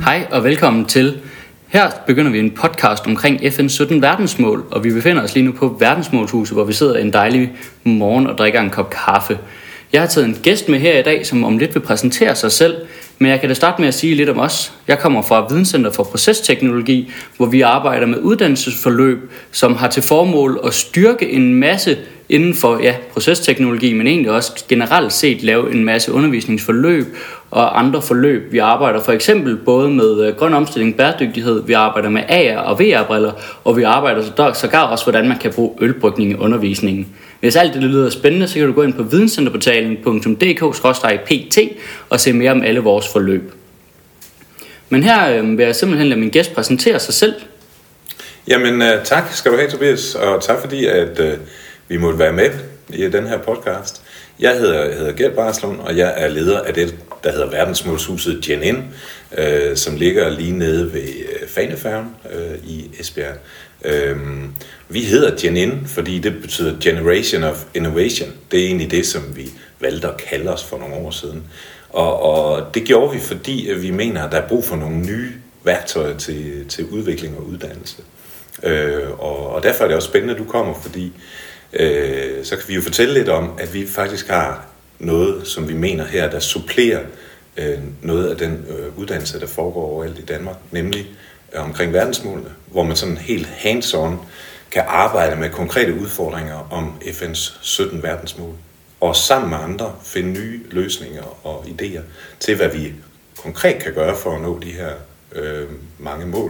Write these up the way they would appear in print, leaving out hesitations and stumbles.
Hej og velkommen til. Her begynder vi en podcast omkring FN's 17 verdensmål, og vi befinder os lige nu på verdensmålshuset, hvor vi sidder en dejlig morgen og drikker en kop kaffe. Jeg har taget en gæst med her i dag, som om lidt vil præsentere sig selv, men jeg kan da starte med at sige lidt om os. Jeg kommer fra Videnscenter for Procesteknologi, hvor vi arbejder med uddannelsesforløb, som har til formål at styrke en masse inden for procesteknologi, men egentlig også generelt set lave en masse undervisningsforløb og andre forløb. Vi arbejder for eksempel både med grøn omstilling, bæredygtighed, vi arbejder med AR og VR-briller, og vi arbejder sågar også, hvordan man kan bruge ølbrygning i undervisningen. Hvis alt det lyder spændende, så kan du gå ind på videnscenterportalen.dk/pt og se mere om alle vores forløb. Men her vil jeg simpelthen lade min gæst præsentere sig selv. Jamen tak skal du have, Tobias, og tak fordi at vi måtte være med i den her podcast. Jeg hedder Gert Barslund, og jeg er leder af det, der hedder verdensmålshuset Gen N, som ligger lige nede ved Fanefærgen i Esbjerg. Vi hedder Gen N, fordi det betyder Generation of Innovation. Det er egentlig det, som vi valgte at kalde os for nogle år siden. Og det gjorde vi, fordi vi mener, at der er brug for nogle nye værktøjer til udvikling og uddannelse. Og derfor er det også spændende, at du kommer, fordi så kan vi jo fortælle lidt om, at vi faktisk har noget, som vi mener her, der supplerer noget af den uddannelse, der foregår overalt i Danmark, nemlig omkring verdensmålene, hvor man sådan helt hands-on kan arbejde med konkrete udfordringer om FN's 17 verdensmål, og sammen med andre finde nye løsninger og idéer til, hvad vi konkret kan gøre for at nå de her mange mål,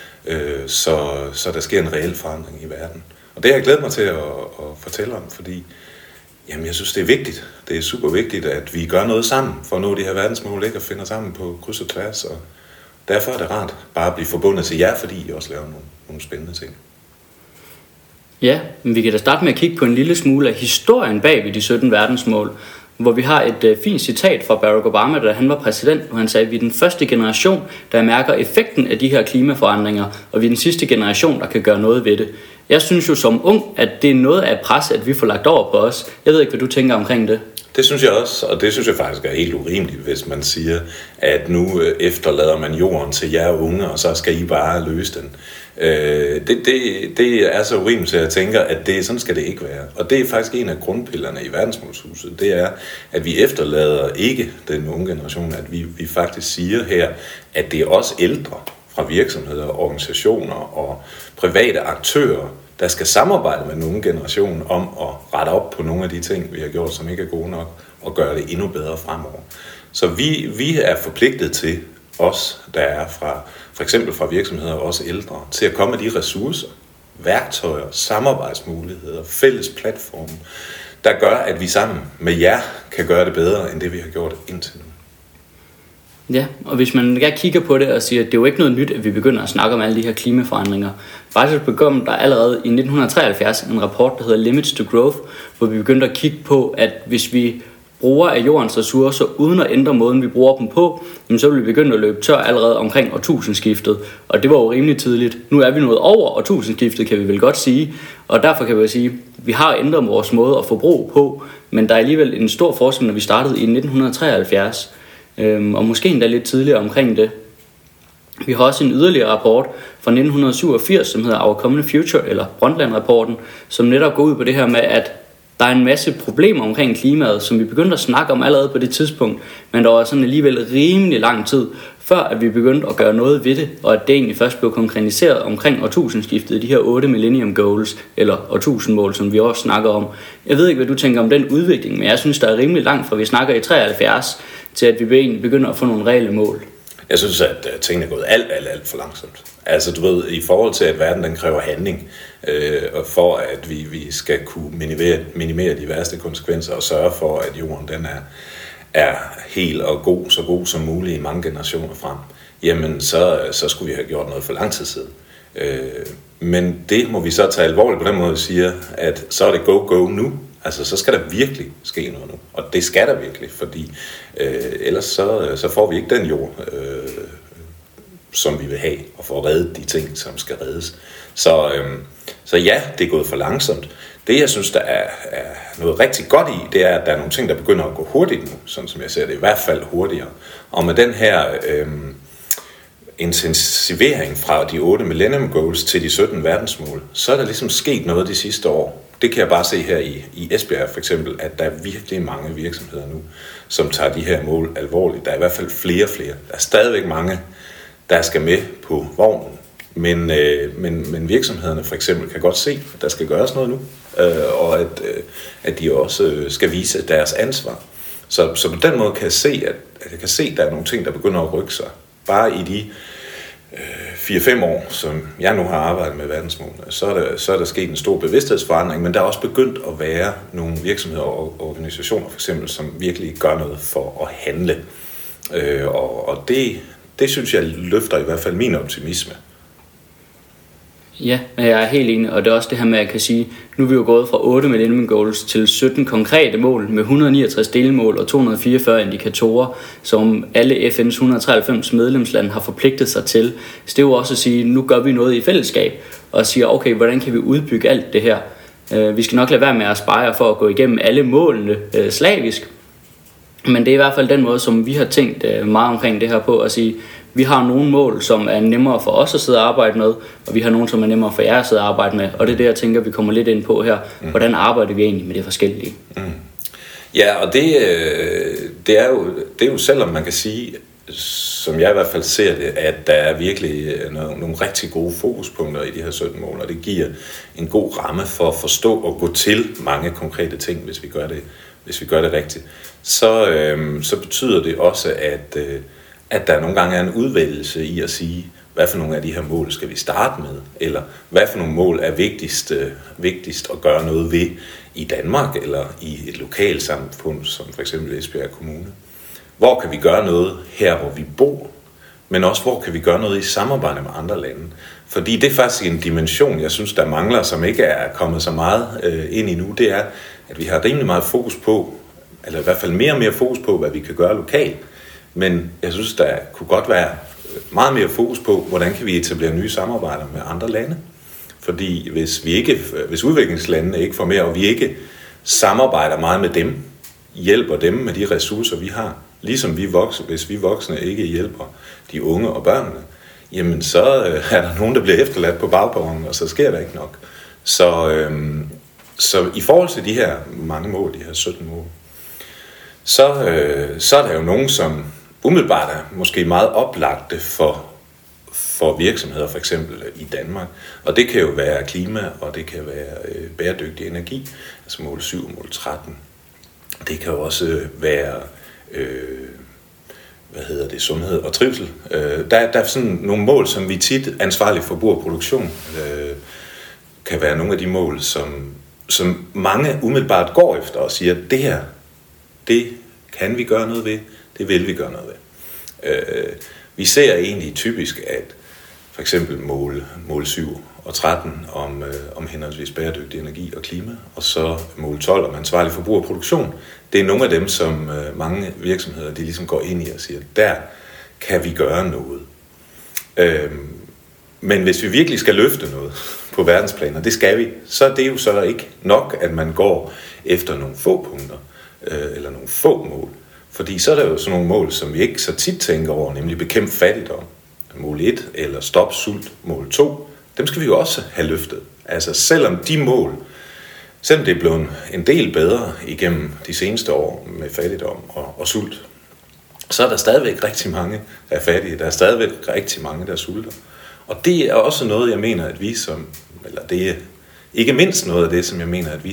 så der sker en reel forandring i verden. Og det har jeg glædet mig til at fortælle om, fordi jeg synes, det er vigtigt. Det er super vigtigt, at vi gør noget sammen for at nå de her verdensmål, ikke? Og finder sammen på kryds og tværs. Og derfor er det rart bare at blive forbundet til jer, fordi I også laver nogle spændende ting. Ja, men vi kan da starte med at kigge på en lille smule af historien bag ved de 17 verdensmål, hvor vi har et fint citat fra Barack Obama, da han var præsident, hvor han sagde, at vi er den første generation, der mærker effekten af de her klimaforandringer, og vi er den sidste generation, der kan gøre noget ved det. Jeg synes jo som ung, at det er noget af et pres, at vi får lagt over på os. Jeg ved ikke, hvad du tænker omkring det. Det synes jeg også, og det synes jeg faktisk er helt urimeligt, hvis man siger, at nu efterlader man jorden til jer unge, og så skal I bare løse den. Det er så urimeligt, at jeg tænker, at sådan skal det ikke være. Og det er faktisk en af grundpillerne i verdensmålshuset. Det er, at vi efterlader ikke den unge generation, at vi faktisk siger her, at det er os ældre fra virksomheder, organisationer og private aktører, der skal samarbejde med den unge generation om at rette op på nogle af de ting, vi har gjort, som ikke er gode nok, og gøre det endnu bedre fremover. Så vi er forpligtet til os, der er for eksempel fra virksomheder og også ældre, til at komme med de ressourcer, værktøjer, samarbejdsmuligheder, fælles platforme, der gør, at vi sammen med jer kan gøre det bedre, end det vi har gjort indtil nu. Ja, og hvis man kigger på det og siger, at det er jo ikke noget nyt, at vi begynder at snakke om alle de her klimaforandringer. Faktisk begyndte der allerede i 1973 en rapport, der hedder Limits to Growth, hvor vi begyndte at kigge på, at hvis vi bruger af jordens ressourcer uden at ændre måden, vi bruger dem på, så vil vi begynde at løbe tør allerede omkring årtusindskiftet. Og det var jo rimelig tidligt. Nu er vi nået over årtusindskiftet, kan vi vel godt sige. Og derfor kan vi sige, at vi har ændret vores måde at forbruge på, men der er alligevel en stor forskel, når vi startede i 1973. Og måske endda lidt tidligere omkring det. Vi har også en yderligere rapport fra 1987, som hedder Our Common Future, eller Brundtland-rapporten, som netop går ud på det her med, at der er en masse problemer omkring klimaet, som vi begyndte at snakke om allerede på det tidspunkt, men der var sådan alligevel rimelig lang tid, før at vi begyndte at gøre noget ved det, og at det egentlig først blev konkretiseret omkring årtusindskiftet i de her 8 Millennium Goals, eller årtusindmål, som vi også snakker om. Jeg ved ikke, hvad du tænker om den udvikling, men jeg synes, der er rimelig langt fra, vi snakker i 73, til at vi egentlig begynder at få nogle reelle mål. Jeg synes, at tingene er gået alt for langsomt. Altså du ved, i forhold til at verden den kræver handling, og for at vi skal kunne minimere de værste konsekvenser og sørge for, at jorden den er hel og så god som muligt i mange generationer frem, jamen så skulle vi have gjort noget for lang tid siden. Men det må vi så tage alvorligt på den måde, at sige, at så er det go nu. Altså, så skal der virkelig ske noget nu. Og det skal der virkelig, fordi ellers så får vi ikke den jord, som vi vil have, og få reddet de ting, som skal reddes. Så ja, det er gået for langsomt. Det, jeg synes, der er noget rigtig godt i, det er, at der er nogle ting, der begynder at gå hurtigt nu, sådan som jeg ser det, i hvert fald hurtigere. Og med den her intensivering fra de 8 Millennium Goals til de 17 verdensmål, så er der ligesom sket noget de sidste år. Det kan jeg bare se her i Esbjerg for eksempel, at der er virkelig mange virksomheder nu, som tager de her mål alvorligt. Der er i hvert fald flere. Der er stadigvæk mange, der skal med på vognen. Men virksomhederne for eksempel kan godt se, at der skal gøres noget nu, og at de også skal vise deres ansvar. Så på den måde kan jeg se, at der er nogle ting, der begynder at rykke sig. Bare i de 4-5 år, som jeg nu har arbejdet med verdensmålene, så er der sket en stor bevidsthedsforandring, men der er også begyndt at være nogle virksomheder og organisationer, for eksempel, som virkelig gør noget for at handle. Og det synes jeg løfter i hvert fald min optimisme. Ja, jeg er helt enig, og det er også det her med, at jeg kan sige, nu er vi jo gået fra 8 Millennium Goals til 17 konkrete mål med 169 delmål og 244 indikatorer, som alle FN's 193 medlemslande har forpligtet sig til. Så det er jo også at sige, nu gør vi noget i fællesskab, og siger, okay, hvordan kan vi udbygge alt det her? Vi skal nok lade være med at spare for at gå igennem alle målene slavisk, men det er i hvert fald den måde, som vi har tænkt meget omkring det her på, at sige, vi har nogle mål, som er nemmere for os at sidde og arbejde med, og vi har nogle, som er nemmere for jer at sidde og arbejde med. Og det er det, jeg tænker, vi kommer lidt ind på her. Hvordan arbejder vi egentlig med det forskellige? Ja, og det er jo selvom man kan sige, som jeg i hvert fald ser det, at der er virkelig nogle rigtig gode fokuspunkter i de her 17 mål, og det giver en god ramme for at forstå og gå til mange konkrete ting, hvis vi gør det rigtigt. Så betyder det også, at der nogle gange er en udvælgelse i at sige, hvad for nogle af de her mål skal vi starte med, eller hvad for nogle mål er vigtigst at gøre noget ved i Danmark, eller i et lokalsamfund, som for eksempel Esbjerg Kommune. Hvor kan vi gøre noget her, hvor vi bor, men også hvor kan vi gøre noget i samarbejde med andre lande. Fordi det er faktisk en dimension, jeg synes, der mangler, som ikke er kommet så meget ind endnu, det er, at vi har rimelig meget fokus på, eller i hvert fald mere og mere fokus på, hvad vi kan gøre lokalt. Men jeg synes, der kunne godt være meget mere fokus på, hvordan kan vi etablere nye samarbejder med andre lande. Fordi hvis udviklingslandene ikke får mere, og vi ikke samarbejder meget med dem, hjælper dem med de ressourcer, vi har, ligesom hvis vi voksne ikke hjælper de unge og børnene, jamen så er der nogen, der bliver efterladt på bagperronen, og så sker der ikke nok. Så i forhold til de her mange mål, de her 17 mål, så er der jo nogen, som umiddelbart er måske meget oplagte for virksomheder, for eksempel i Danmark. Og det kan jo være klima, og det kan være bæredygtig energi, altså mål 7 og mål 13. Det kan jo også være sundhed og trivsel. Der er sådan nogle mål, som vi tit ansvarlig forbrug og produktion kan være nogle af de mål, som mange umiddelbart går efter og siger, det her, det kan vi gøre noget ved, det vil vi gøre noget ved. Vi ser egentlig typisk, at for eksempel mål 7 og 13 om henholdsvis bæredygtig energi og klima, og så mål 12 om ansvarlig forbrug og produktion, det er nogle af dem, som mange virksomheder de ligesom går ind i og siger, der kan vi gøre noget. Men hvis vi virkelig skal løfte noget på verdensplan, og det skal vi, så er det jo så ikke nok, at man går efter nogle få punkter, eller nogle få mål. Fordi så er der jo sådan nogle mål, som vi ikke så tit tænker over, nemlig bekæmpe fattigdom. Mål 1 eller stop sult, mål 2, dem skal vi jo også have løftet. Altså selvom de mål, selvom det er blevet en del bedre igennem de seneste år med fattigdom og sult, så er der stadigvæk rigtig mange, der er fattige. Der er stadigvæk rigtig mange, der sulter. Og det er også noget, jeg mener, at vi det er ikke mindst noget af det, som jeg mener, at vi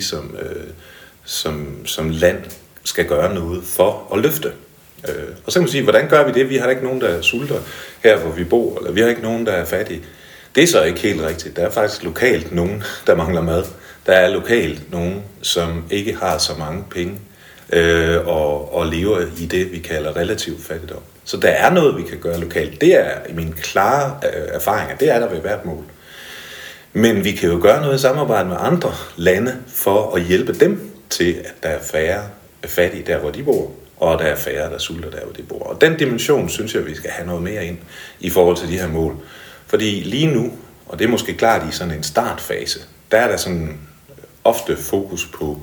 som land skal gøre noget for at løfte. Og så kan man sige, hvordan gør vi det? Vi har ikke nogen, der sulter her, hvor vi bor, eller vi har ikke nogen, der er fattige. Det er så ikke helt rigtigt. Der er faktisk lokalt nogen, der mangler mad. Der er lokalt nogen, som ikke har så mange penge og lever i det, vi kalder relativ fattigdom. Så der er noget, vi kan gøre lokalt. Det er i mine klare erfaringer, det er der ved hvert mål. Men vi kan jo gøre noget i samarbejde med andre lande for at hjælpe dem til, at der er færre fattige der, hvor de bor, og der er færre, der sulter der, hvor de bor. Og den dimension, synes jeg, vi skal have noget mere ind i forhold til de her mål. Fordi lige nu, og det er måske klart i sådan en startfase, der er der sådan ofte fokus på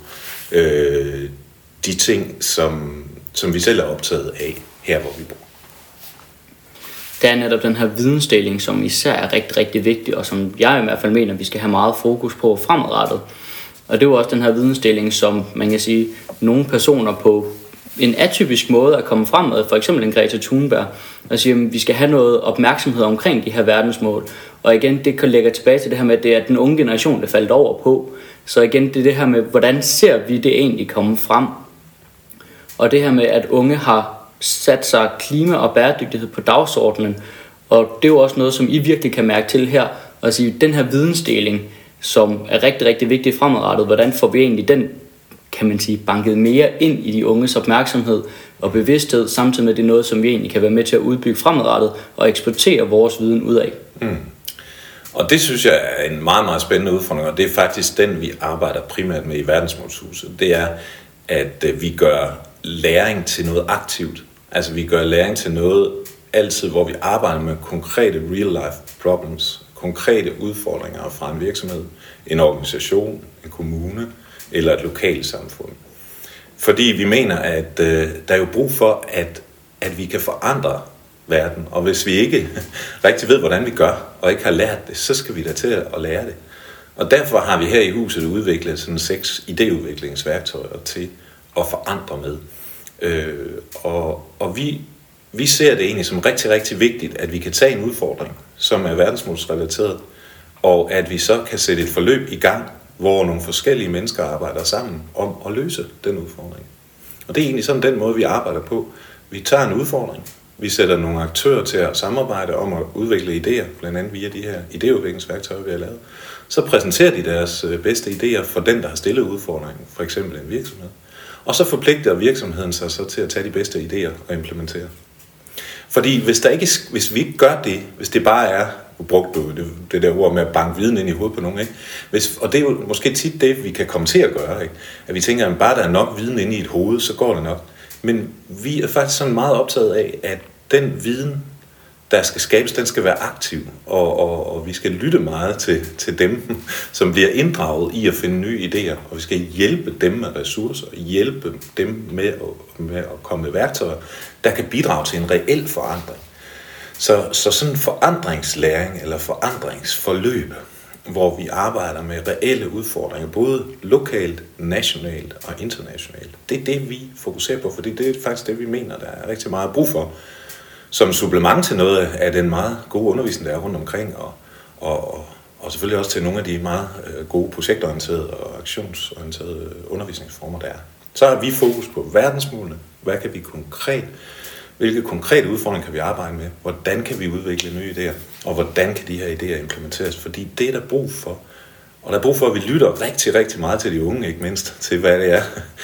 de ting, som vi selv er optaget af her, hvor vi bor. det er netop den her vidensdeling, som især er rigtig, rigtig vigtig, og som jeg i hvert fald mener, vi skal have meget fokus på fremadrettet. Og det er jo også den her vidensdeling, som man kan sige, nogle personer på en atypisk måde at komme frem med, for eksempel en Greta Thunberg, og siger, at vi skal have noget opmærksomhed omkring de her verdensmål. Og igen, det lægger tilbage til det her med, at det er den unge generation, der faldt over på. Så igen, det er det her med, hvordan ser vi det egentlig komme frem? Og det her med, at unge har sat sig klima og bæredygtighed på dagsordenen, og det er jo også noget, som I virkelig kan mærke til her, og sige, den her vidensdeling, som er rigtig, rigtig vigtig fremadrettet, hvordan får vi egentlig den, kan man sige, banket mere ind i de unges opmærksomhed og bevidsthed, samtidig med det er noget, som vi egentlig kan være med til at udbygge fremadrettet og eksportere vores viden ud af. Og det synes jeg er en meget, meget spændende udfordring, og det er faktisk den, vi arbejder primært med i Verdensmålshuset. Det er, at vi gør læring til noget aktivt. Altså vi gør læring til noget altid, hvor vi arbejder med konkrete real-life problems, konkrete udfordringer fra en virksomhed, en organisation, en kommune eller et lokalt samfund. Fordi vi mener, at der er jo brug for, at vi kan forandre verden, og hvis vi ikke rigtig ved, hvordan vi gør, og ikke har lært det, så skal vi da til at lære det. Og derfor har vi her i huset udviklet sådan 6 idéudviklingsværktøjer til at forandre med. Og vi ser det egentlig som rigtig, rigtig vigtigt, at vi kan tage en udfordring, som er verdensmålsrelateret, og at vi så kan sætte et forløb i gang, hvor nogle forskellige mennesker arbejder sammen om at løse den udfordring. Og det er egentlig sådan den måde, vi arbejder på. Vi tager en udfordring, vi sætter nogle aktører til at samarbejde om at udvikle idéer, blandt andet via de her idéudviklingsværktøjer, vi har lavet. Så præsenterer de deres bedste idéer for den, der har stillet udfordringen, for eksempel en virksomhed. Og så forpligter virksomheden sig så til at tage de bedste idéer og implementere. Fordi hvis vi ikke gør det, hvis det bare er, du brugte det der ord med at banke viden ind i hovedet på nogen, ikke? Og det er jo måske tit det, vi kan komme til at gøre, ikke? At vi tænker, at bare der er nok viden inde i et hoved, så går det nok. Men vi er faktisk sådan meget optaget af, at den viden, der skal skabes, den skal være aktiv, og vi skal lytte meget til dem, som bliver inddraget i at finde nye idéer, og vi skal hjælpe dem med ressourcer, hjælpe dem med at komme med værktøjer, der kan bidrage til en reel forandring. Så sådan en forandringslæring eller forandringsforløb, hvor vi arbejder med reelle udfordringer, både lokalt, nationalt og internationalt. Det er det, vi fokuserer på, fordi det er faktisk det, vi mener, der er rigtig meget brug for. Som supplement til noget af den meget gode undervisning, der er rundt omkring, og selvfølgelig også til nogle af de meget gode projektorienterede og aktionsorienterede undervisningsformer, der er. Så har vi fokus på verdensmålene. Hvad kan vi hvilke konkrete udfordringer kan vi arbejde med? Hvordan kan vi udvikle nye idéer? Og hvordan kan de her idéer implementeres? Fordi det er der brug for. Og der er brug for, at vi lytter rigtig, rigtig meget til de unge, ikke mindst, til hvad det er.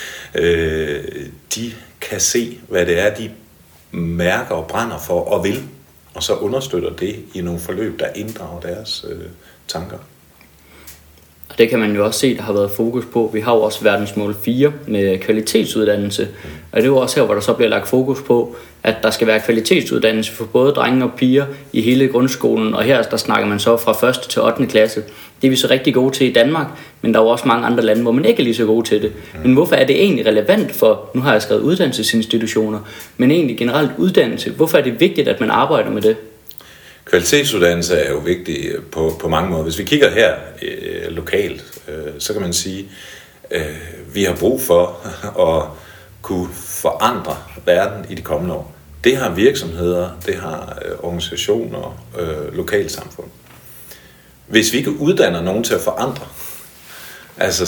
De kan se, hvad det er, de mærker og brænder for og vil, og så understøtter det i nogle forløb, der inddrager deres tanker. Og det kan man jo også se, der har været fokus på. Vi har jo også verdensmål 4 med kvalitetsuddannelse, og det er jo også her, hvor der så bliver lagt fokus på, at der skal være kvalitetsuddannelse for både drenge og piger i hele grundskolen, og her der snakker man så fra 1. til 8. klasse. Det er vi så rigtig gode til i Danmark, men der er jo også mange andre lande, hvor man ikke er lige så gode til det. Men hvorfor er det egentlig relevant for, nu har jeg skrevet uddannelsesinstitutioner, men egentlig generelt uddannelse, hvorfor er det vigtigt, at man arbejder med det? Kvalitetsuddannelse er jo vigtig på mange måder. Hvis vi kigger her lokalt, så kan man sige, vi har brug for at kunne forandre verden i de kommende år. Det har virksomheder, det har organisationer, lokalsamfund. Hvis vi ikke uddanner nogen til at forandre, altså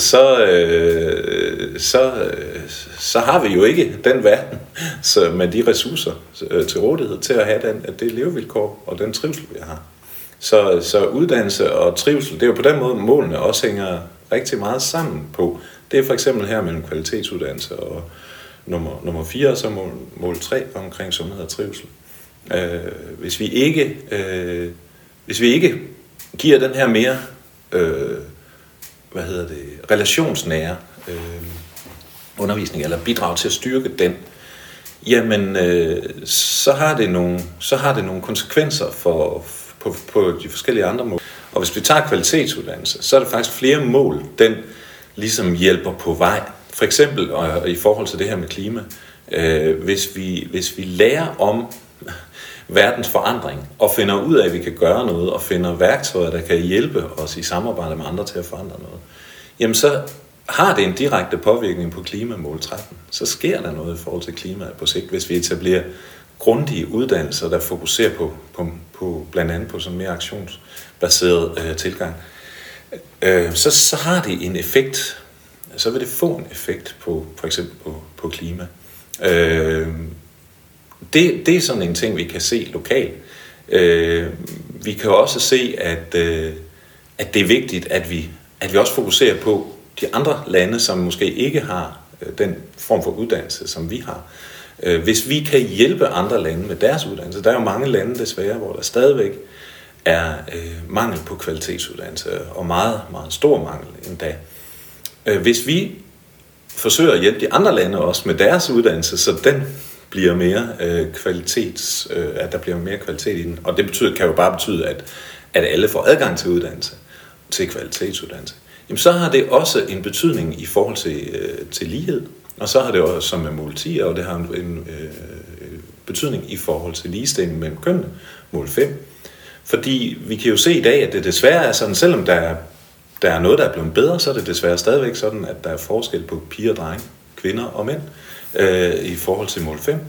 så har vi jo ikke den verden med de ressourcer til rådighed til at have det levevilkår og den trivsel, vi har. Så uddannelse og trivsel, det er jo på den måde, målene også hænger rigtig meget sammen på. Det er for eksempel her mellem kvalitetsuddannelse og nummer 4, og så mål 3 omkring sundhed og trivsel. Hvis vi ikke giver den her mere relationsnære undervisning, eller bidrag til at styrke den, jamen så har det nogle konsekvenser på de forskellige andre mål. Og hvis vi tager kvalitetsuddannelse, så er der faktisk flere mål, den ligesom hjælper på vej. For eksempel og i forhold til det her med klima, hvis vi lærer om, verdens forandring, og finder ud af, at vi kan gøre noget, og finder værktøjer, der kan hjælpe os i samarbejde med andre til at forandre noget, jamen så har det en direkte påvirkning på klimamål 13. Så sker der noget i forhold til klimaet på sigt, hvis vi etablerer grundige uddannelser, der fokuserer på blandt andet på sådan mere aktionsbaseret tilgang. Så har det en effekt. Så vil det få en effekt på for eksempel på klima. Det er sådan en ting, vi kan se lokalt. Vi kan også se, at det er vigtigt, at vi også fokuserer på de andre lande, som måske ikke har den form for uddannelse, som vi har. Hvis vi kan hjælpe andre lande med deres uddannelse, der er jo mange lande desværre, hvor der stadigvæk er mangel på kvalitetsuddannelse, og meget, meget stor mangel endda. Hvis vi forsøger at hjælpe de andre lande også med deres uddannelse, så den bliver mere at der bliver mere kvalitet i den, og det kan jo bare betyde, at alle får adgang til uddannelse, til kvalitetsuddannelse, jamen så har det også en betydning i forhold til lighed, og så har det også, som med mål 10, og det har en betydning i forhold til ligestilling mellem kønnene, mål 5. Fordi vi kan jo se i dag, at det desværre er sådan, selvom der er noget, der er blevet bedre, så er det desværre stadigvæk sådan, at der er forskel på piger og drenge, kvinder og mænd, i forhold til mål 5.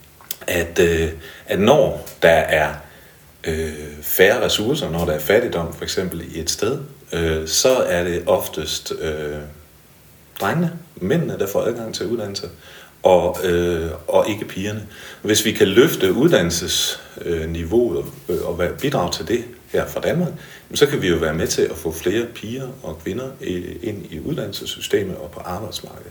At når der er færre ressourcer, når der er fattigdom for eksempel i et sted, så er det oftest drengene, mændene, der får adgang til uddannelse, og ikke pigerne. Hvis vi kan løfte uddannelsesniveauet og bidrage til det her fra Danmark, så kan vi jo være med til at få flere piger og kvinder ind i uddannelsessystemet og på arbejdsmarkedet.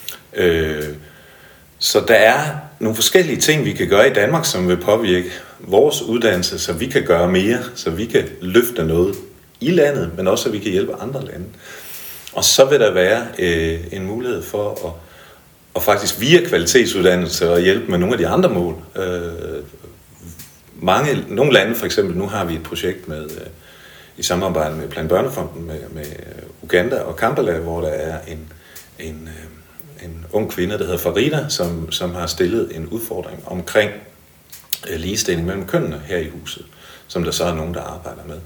Så der er nogle forskellige ting, vi kan gøre i Danmark, som vil påvirke vores uddannelse, så vi kan gøre mere, så vi kan løfte noget i landet, men også så vi kan hjælpe andre lande. Og så vil der være en mulighed for at faktisk via kvalitetsuddannelse og hjælpe med nogle af de andre mål. Nogle lande for eksempel, nu har vi et projekt i samarbejde med Plan Børnefonden med Uganda og Kampala, hvor der er en ung kvinde, der hedder Farida, som har stillet en udfordring omkring ligestilling mellem kønnene her i huset, som der så er nogen, der arbejder med.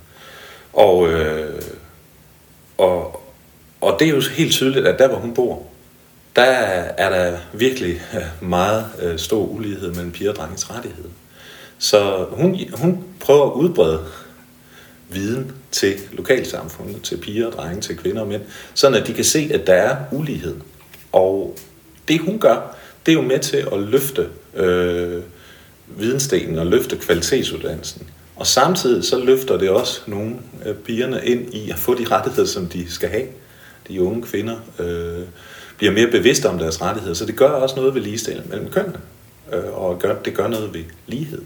Og det er jo helt tydeligt, at der hvor hun bor, der er der virkelig meget stor ulighed mellem piger og drenges rettigheder. Så hun prøver at udbrede viden til lokalsamfundet, til piger og drenge, til kvinder og mænd, sådan at de kan se, at der er ulighed. Og det hun gør, det er jo med til at løfte videnstenen og løfte kvalitetsuddannelsen. Og samtidig så løfter det også nogle af pigerne ind i at få de rettigheder, som de skal have. De unge kvinder bliver mere bevidste om deres rettigheder, så det gør også noget ved ligestilling mellem kønnene, og det gør noget ved lighed.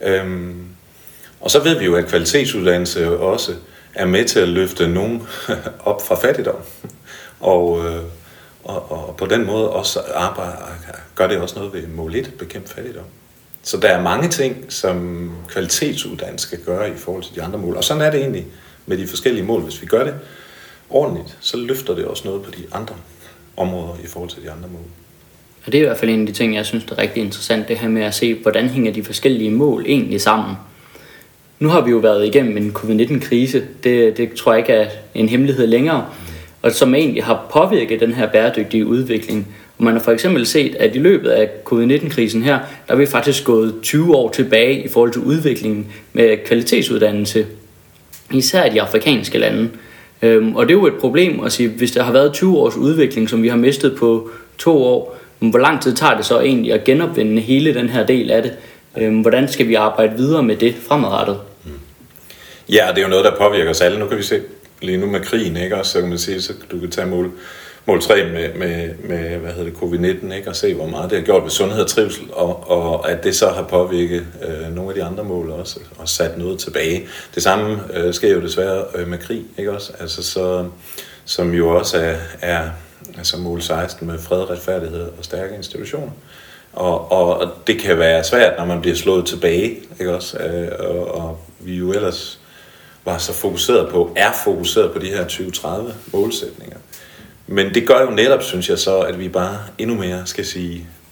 Og så ved vi jo, at kvalitetsuddannelse også er med til at løfte nogen op fra fattigdom, og på den måde også gør det også noget ved mål 1, bekæmpe fattigdom. Så der er mange ting, som kvalitetsuddannelse skal gøre i forhold til de andre mål. Og sådan er det egentlig med de forskellige mål. Hvis vi gør det ordentligt, så løfter det også noget på de andre områder i forhold til de andre mål. Og det er i hvert fald en af de ting, jeg synes, der er rigtig interessant, det her med at se, hvordan hænger de forskellige mål egentlig sammen. Nu har vi jo været igennem en covid-19-krise. Det tror jeg ikke er en hemmelighed længere. Og som egentlig har påvirket den her bæredygtige udvikling. Og man har for eksempel set, at i løbet af covid-19-krisen her, der er vi faktisk gået 20 år tilbage i forhold til udviklingen med kvalitetsuddannelse, især i de afrikanske lande. Og det er jo et problem at sige, hvis der har været 20 års udvikling, som vi har mistet på 2 år, hvor lang tid tager det så egentlig at genopvinde hele den her del af det? Hvordan skal vi arbejde videre med det fremadrettet? Ja, det er jo noget, der påvirker os alle. Nu kan vi se lige nu med krigen, ikke? Også, så kan man sige, så du kan tage mål 3 med covid-19, ikke? Og se, hvor meget det har gjort ved sundhed og trivsel, og at det så har påvirket nogle af de andre mål også, og sat noget tilbage. Det samme sker jo desværre med krig, ikke også? Altså, så, som jo også er altså mål 16 med fred, retfærdighed og stærke institutioner. Og det kan være svært, når man bliver slået tilbage, ikke også? Og vi jo ellers er fokuseret på de her 2030 målsætninger. Men det gør jo netop, synes jeg så, at vi bare endnu mere skal sige,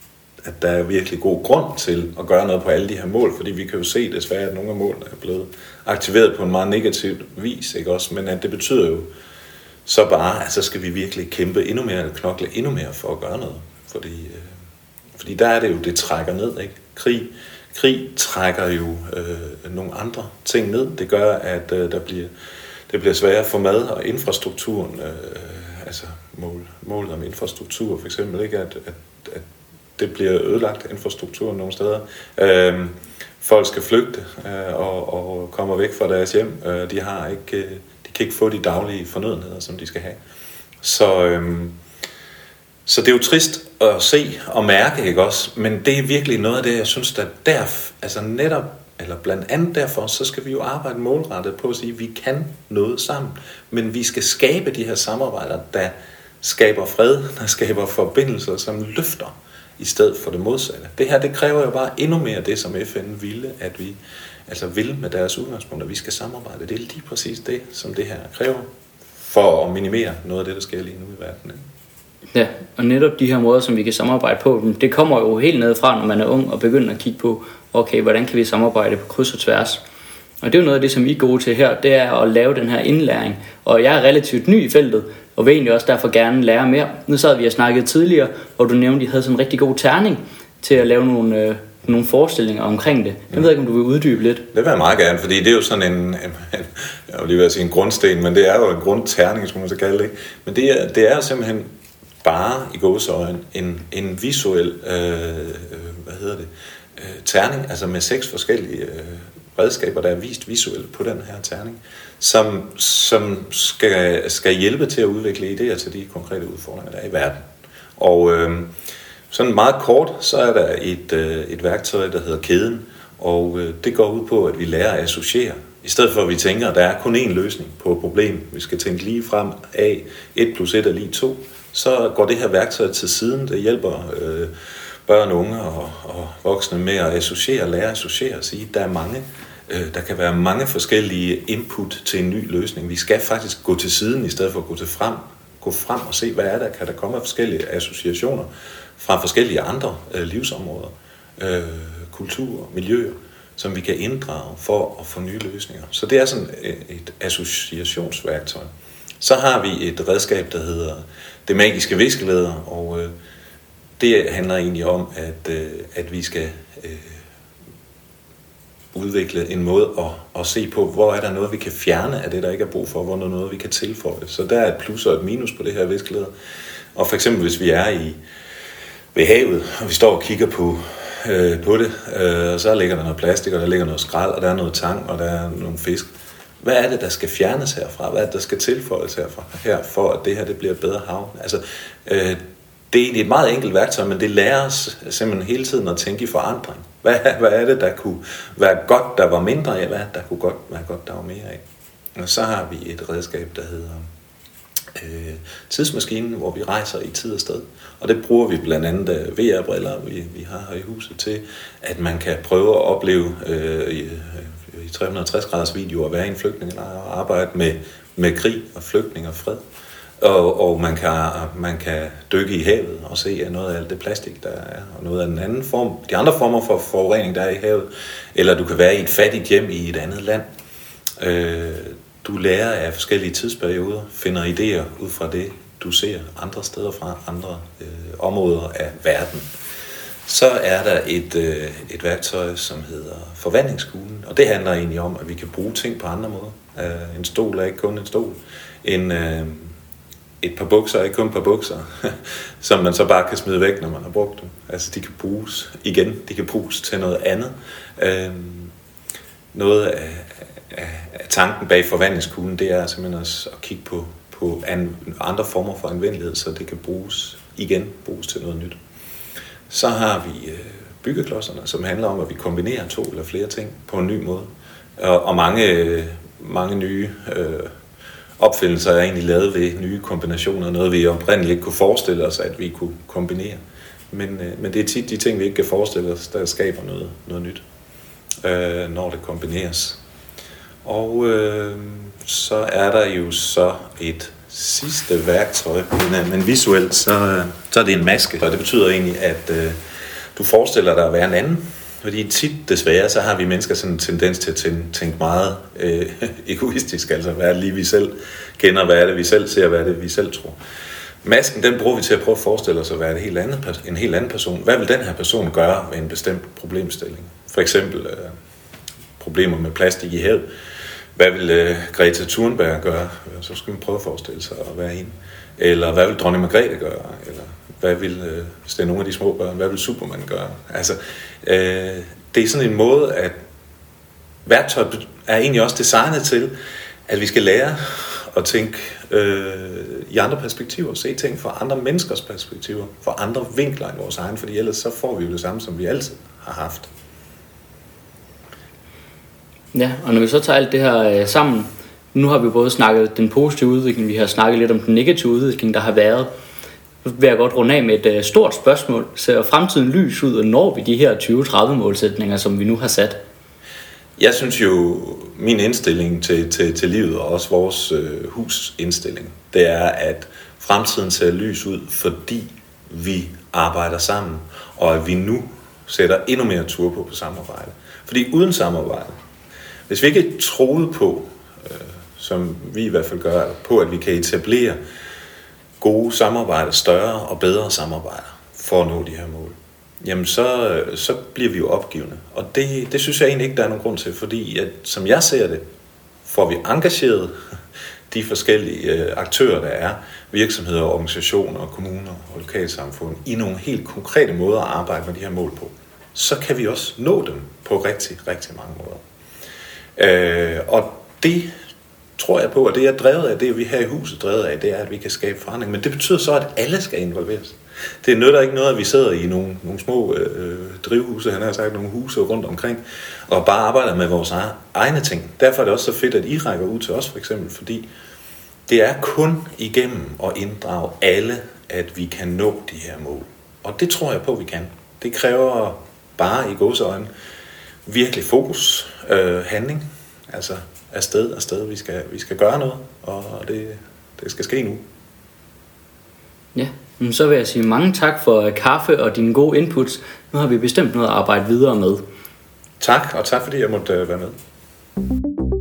at der er virkelig god grund til at gøre noget på alle de her mål, fordi vi kan jo se desværre, at nogle af målene er blevet aktiveret på en meget negativ vis, ikke også? Men at det betyder jo så bare, at så skal vi virkelig kæmpe endnu mere, eller knokle endnu mere for at gøre noget. Fordi der er det jo, det trækker ned, ikke? Krig trækker jo nogle andre ting ned. Det gør, at det bliver sværere for mad og infrastrukturen, altså målet om infrastruktur for eksempel, ikke? At det bliver ødelagt, infrastrukturen nogle steder. Folk skal flygte og kommer væk fra deres hjem. De kan ikke få de daglige fornødenheder, som de skal have. Så det er jo trist at se og mærke, ikke også? Men det er virkelig noget af det, jeg synes, blandt andet derfor, så skal vi jo arbejde målrettet på at sige, at vi kan noget sammen. Men vi skal skabe de her samarbejder, der skaber fred, der skaber forbindelser, som løfter i stedet for det modsatte. Det her, det kræver jo bare endnu mere det, som FN ville, at vi vil med deres udgangspunkt, at vi skal samarbejde. Det er lige præcis det, som det her kræver, for at minimere noget af det, der sker lige nu i verden. Ja, og netop de her måder, som vi kan samarbejde på, det kommer jo helt ned fra, når man er ung og begynder at kigge på, okay, hvordan kan vi samarbejde på kryds og tværs? Og det er jo noget af det, som I er gode til her, det er at lave den her indlæring. Og jeg er relativt ny i feltet, og vil egentlig også derfor gerne lære mere. Nu sad vi og snakkede tidligere, og du nævnte, at I havde sådan en rigtig god terning til at lave nogle forestillinger omkring det. Jeg ved ikke, om du vil uddybe lidt. Det vil jeg meget gerne, fordi det er jo sådan jeg vil lige være sige en grundsten, men det er jo en grundterning, skulle man så kalde det. Men det er simpelthen bare i gåseøjne en visuel terning, altså med 6 forskellige redskaber, der er vist visuelt på den her terning, som skal hjælpe til at udvikle idéer til de konkrete udfordringer, der er i verden. Og sådan meget kort, så er der et værktøj, der hedder kæden, og det går ud på, at vi lærer at associere. I stedet for at vi tænker, at der er kun én løsning på et problem, vi skal tænke lige frem af 1 + 1 er lige 2, så går det her værktøj til siden. Det hjælper børn, unge og voksne med at associere, lære at associere og sige, at der kan være mange forskellige input til en ny løsning. Vi skal faktisk gå til siden i stedet for at gå frem og se, hvad er der? Kan der komme forskellige associationer fra forskellige andre livsområder, kulturer, miljøer, som vi kan inddrage for at få nye løsninger. Så det er sådan et associationsværktøj. Så har vi et redskab, der hedder det magiske viskeleder, og det handler egentlig om, at vi skal udvikle en måde at se på, hvor er der noget, vi kan fjerne af det, der ikke er brug for, hvor er der noget, vi kan tilføje. Så der er et plus og et minus på det her viskeleder. Og for eksempel, hvis vi er ved havet, og vi står og kigger på det, og så ligger der noget plastik, og der ligger noget skrald, og der er noget tang, og der er nogle fisk. Hvad er det, der skal fjernes herfra? Hvad er det, der skal tilføjes her, for at det her det bliver et bedre hav? Altså, det er egentlig et meget enkelt værktøj, men det lærer os simpelthen hele tiden at tænke i forandring. Hvad er det, der kunne være godt, der var mindre af? Hvad er det, der kunne godt være godt, der var mere af? Og så har vi et redskab, der hedder tidsmaskinen, hvor vi rejser i tid og sted. Og det bruger vi blandt andet VR-briller, vi har her i huset til, at man kan prøve at opleve i 360 graders video at være i en flygtningelejr og arbejde med krig og flygtning og fred. Og man kan dykke i havet og se noget af alt det plastik, der er, og noget af de andre former for forurening, der er i havet. Eller du kan være i et fattigt hjem i et andet land. Du lærer af forskellige tidsperioder, finder idéer ud fra det, du ser andre steder fra, andre områder af verden. Så er der et værktøj, som hedder forvandlingskuglen, og det handler egentlig om, at vi kan bruge ting på andre måder. En stol er ikke kun en stol. Et par bukser er ikke kun et par bukser, som man så bare kan smide væk, når man har brugt dem. Altså de kan bruges igen, de kan bruges til noget andet. Noget af tanken bag forvandlingskuglen, det er simpelthen at kigge på andre former for anvendelighed, så det kan bruges til noget nyt. Så har vi byggeklodserne, som handler om, at vi kombinerer 2 eller flere ting på en ny måde. Og mange nye opfindelser er egentlig lavet ved nye kombinationer, noget vi oprindeligt ikke kunne forestille os, at vi kunne kombinere. Men det er tit de ting, vi ikke kan forestille os, der skaber noget nyt, når det kombineres. Og så er der jo så et sidste værktøj, men visuelt så er det en maske, og det betyder egentlig, at Du forestiller dig at være en anden. Fordi tit desværre, så har vi mennesker sådan en tendens til at tænke meget egoistisk. Altså hvad er det lige vi selv kender, hvad er det vi selv ser, hvad er det vi selv tror. Masken, den bruger vi til at prøve at forestille os at være en helt anden person. Hvad vil den her person gøre med en bestemt problemstilling? For eksempel problemer med plastik i havet. Hvad vil Greta Thunberg gøre? Så skal man prøve at forestille sig at være hende. Eller hvad vil dronning Margrethe gøre? Eller hvad vil, hvis det er nogle af de små børn, hvad vil Superman gøre? Altså, det er sådan en måde, at værktøjet er egentlig også designet til, at vi skal lære at tænke i andre perspektiver, se ting fra andre menneskers perspektiver, fra andre vinkler end vores egen, fordi ellers så får vi jo det samme, som vi altid har haft. Ja, og når vi så tager alt det her sammen, nu har vi både snakket den positive udvikling, vi har snakket lidt om den negative udvikling, der har været. Nu vil jeg godt runde af med et stort spørgsmål. Ser fremtiden lys ud, og når vi de her 2030 målsætninger, som vi nu har sat? Jeg synes jo, min indstilling til livet, og også vores husindstilling, det er, at fremtiden ser lys ud, fordi vi arbejder sammen, og at vi nu sætter endnu mere tur på samarbejde. Fordi uden samarbejde, hvis vi ikke troede på, som vi i hvert fald gør, på at vi kan etablere gode samarbejder, større og bedre samarbejder for at nå de her mål, jamen så bliver vi jo opgivende. Og det synes jeg egentlig ikke, der er nogen grund til, fordi at, som jeg ser det, får vi engageret de forskellige aktører, der er, virksomheder, organisationer, kommuner og lokalsamfund, i nogle helt konkrete måder at arbejde med de her mål på, så kan vi også nå dem på rigtig, rigtig mange måder. Og det tror jeg på, og det er drevet af, det vi her i huset drevet af, det er, at vi kan skabe forandring. Men det betyder så, at alle skal involveres. Det nytter ikke noget, at vi sidder i nogle små drivhuse, han har sagt nogle huse rundt omkring, og bare arbejder med vores egne ting. Derfor er det også så fedt, at I rækker ud til os, for eksempel, fordi det er kun igennem at inddrage alle, at vi kan nå de her mål. Og det tror jeg på, vi kan. Det kræver bare i gåseøjne virkelig fokus, handling, altså afsted. Vi skal gøre noget, og det skal ske nu. Ja, så vil jeg sige mange tak for kaffe og dine gode inputs. Nu har vi bestemt noget at arbejde videre med. Tak, og tak fordi jeg måtte være med.